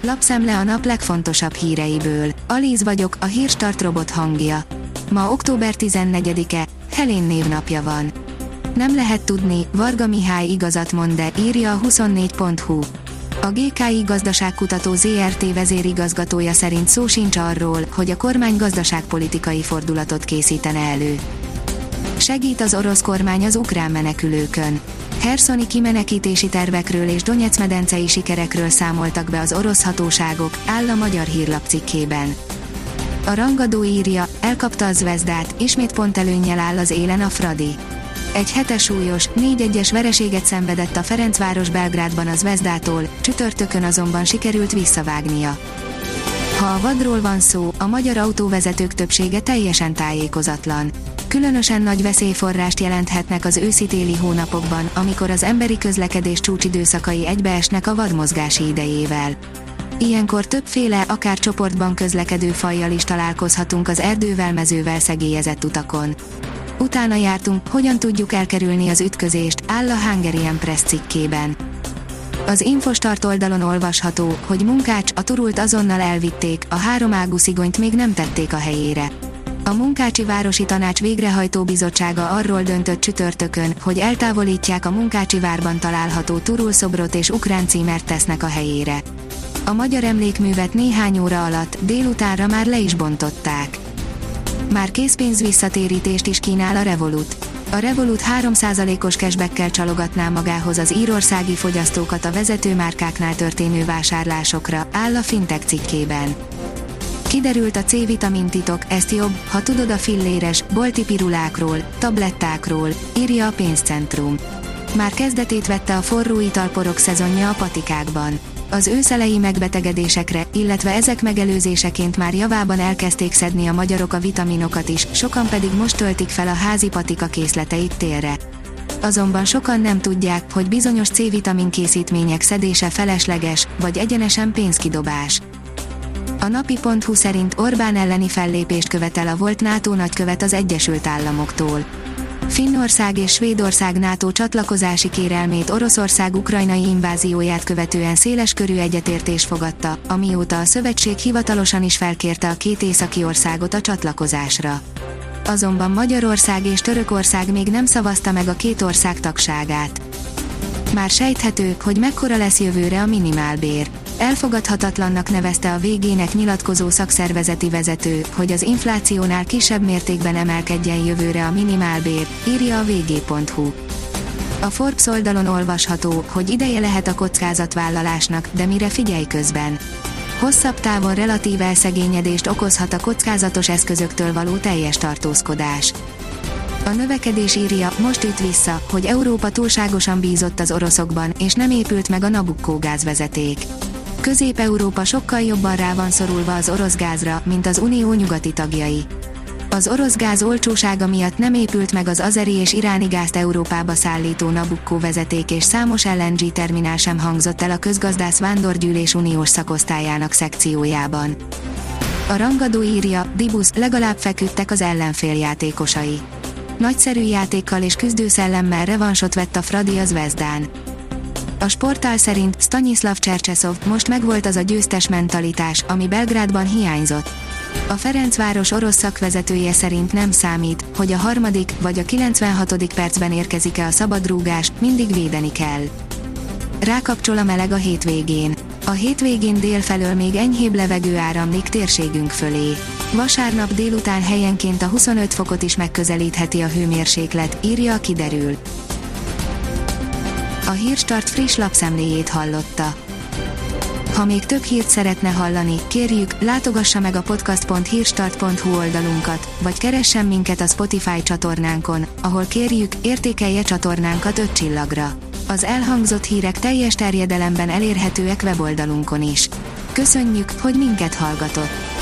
Lapszemle a nap legfontosabb híreiből. Alíz vagyok, a Hírstart robot hangja. Ma október 14-e, Helén névnapja van. Nem lehet tudni, Varga Mihály igazat mond, de írja a 24.hu. A GKI Gazdaságkutató ZRT vezérigazgatója szerint szó sincs arról, hogy a kormány gazdaságpolitikai fordulatot készítene elő. Segít az orosz kormány az ukrán menekülőkön. Herszoni kimenekítési tervekről és Donetsz-medencei sikerekről számoltak be az orosz hatóságok, áll a Magyar Hírlap cikkében. A rangadó írja, elkapta a Zvezdát, ismét pontelőnnyel áll az élen a Fradi. Egy hetes súlyos, 4-1-es vereséget szenvedett a Ferencváros Belgrádban a Zvezdától, csütörtökön azonban sikerült visszavágnia. Ha a vadról van szó, a magyar autóvezetők többsége teljesen tájékozatlan. Különösen nagy veszélyforrást jelenthetnek az őszi-téli hónapokban, amikor az emberi közlekedés csúcsidőszakai egybeesnek a vadmozgási idejével. Ilyenkor többféle, akár csoportban közlekedő fajjal is találkozhatunk az erdővel, mezővel szegélyezett utakon. Utána jártunk, hogyan tudjuk elkerülni az ütközést, áll a Hungarian Press cikkében. Az Infostart oldalon olvasható, hogy Munkács, a Turult azonnal elvitték, a háromágú szigonyt még nem tették a helyére. A Munkácsi Városi Tanács végrehajtó bizottsága arról döntött csütörtökön, hogy eltávolítják a Munkácsi várban található Turul szobrot és ukrán címert tesznek a helyére. A magyar emlékművet néhány óra alatt, délutánra már le is bontották. Már készpénz visszatérítést is kínál a Revolut. A Revolut 3%-os cashbackkel csalogatná magához az írországi fogyasztókat a vezető márkáknál történő vásárlásokra, áll a Fintech cikkében. Kiderült a C-vitamin titok, ezt jobb, ha tudod a filléres, bolti pirulákról, tablettákról, írja a Pénzcentrum. Már kezdetét vette a forró italporok szezonja a patikákban. Az őszelei megbetegedésekre, illetve ezek megelőzéseként már javában elkezdték szedni a magyarok a vitaminokat is, sokan pedig most töltik fel a házi patika készleteit télre. Azonban sokan nem tudják, hogy bizonyos C-vitamin készítmények szedése felesleges, vagy egyenesen pénzkidobás. A napi.hu szerint Orbán elleni fellépést követel a volt NATO nagykövet az Egyesült Államoktól. Finnország és Svédország NATO csatlakozási kérelmét Oroszország ukrajnai invázióját követően széleskörű egyetértés fogadta, amióta a szövetség hivatalosan is felkérte a két északi országot a csatlakozásra. Azonban Magyarország és Törökország még nem szavazta meg a két ország tagságát. Már sejthető, hogy mekkora lesz jövőre a minimálbér. Elfogadhatatlannak nevezte a VG-nek nyilatkozó szakszervezeti vezető, hogy az inflációnál kisebb mértékben emelkedjen jövőre a minimálbér, írja a vg.hu. A Forbes oldalon olvasható, hogy ideje lehet a kockázatvállalásnak, de mire figyelj közben. Hosszabb távon relatív elszegényedést okozhat a kockázatos eszközöktől való teljes tartózkodás. A növekedés írja, most üt vissza, hogy Európa túlságosan bízott az oroszokban, és nem épült meg a Nabucco gázvezeték. Közép-Európa sokkal jobban rá van szorulva az orosz gázra, mint az Unió nyugati tagjai. Az orosz gáz olcsósága miatt nem épült meg az azeri és iráni gázt Európába szállító Nabucco vezeték, és számos LNG terminál sem hangzott el a Közgazdász Vándorgyűlés uniós szakosztályának szekciójában. A rangadó írja, Dibusz, legalább feküdtek az ellenfél játékosai. Nagyszerű játékkal és küzdőszellemmel revansot vett a Fradi a Zvezdán. A sportál szerint Stanislav Csercseszov, most megvolt az a győztes mentalitás, ami Belgrádban hiányzott. A Ferencváros orosz szakvezetője szerint nem számít, hogy a harmadik vagy a 96. percben érkezik-e a szabadrúgás, mindig védeni kell. Rákapcsol a meleg a hétvégén. A hétvégén délfelől még enyhébb levegő áramlik térségünk fölé. Vasárnap délután helyenként a 25 fokot is megközelítheti a hőmérséklet, írja a Kiderül. A Hírstart friss lapszemléjét hallotta. Ha még több hírt szeretne hallani, kérjük, látogassa meg a podcast.hírstart.hu oldalunkat, vagy keressen minket a Spotify csatornánkon, ahol kérjük, értékelje csatornánkat 5 csillagra. Az elhangzott hírek teljes terjedelemben elérhetőek weboldalunkon is. Köszönjük, hogy minket hallgatott!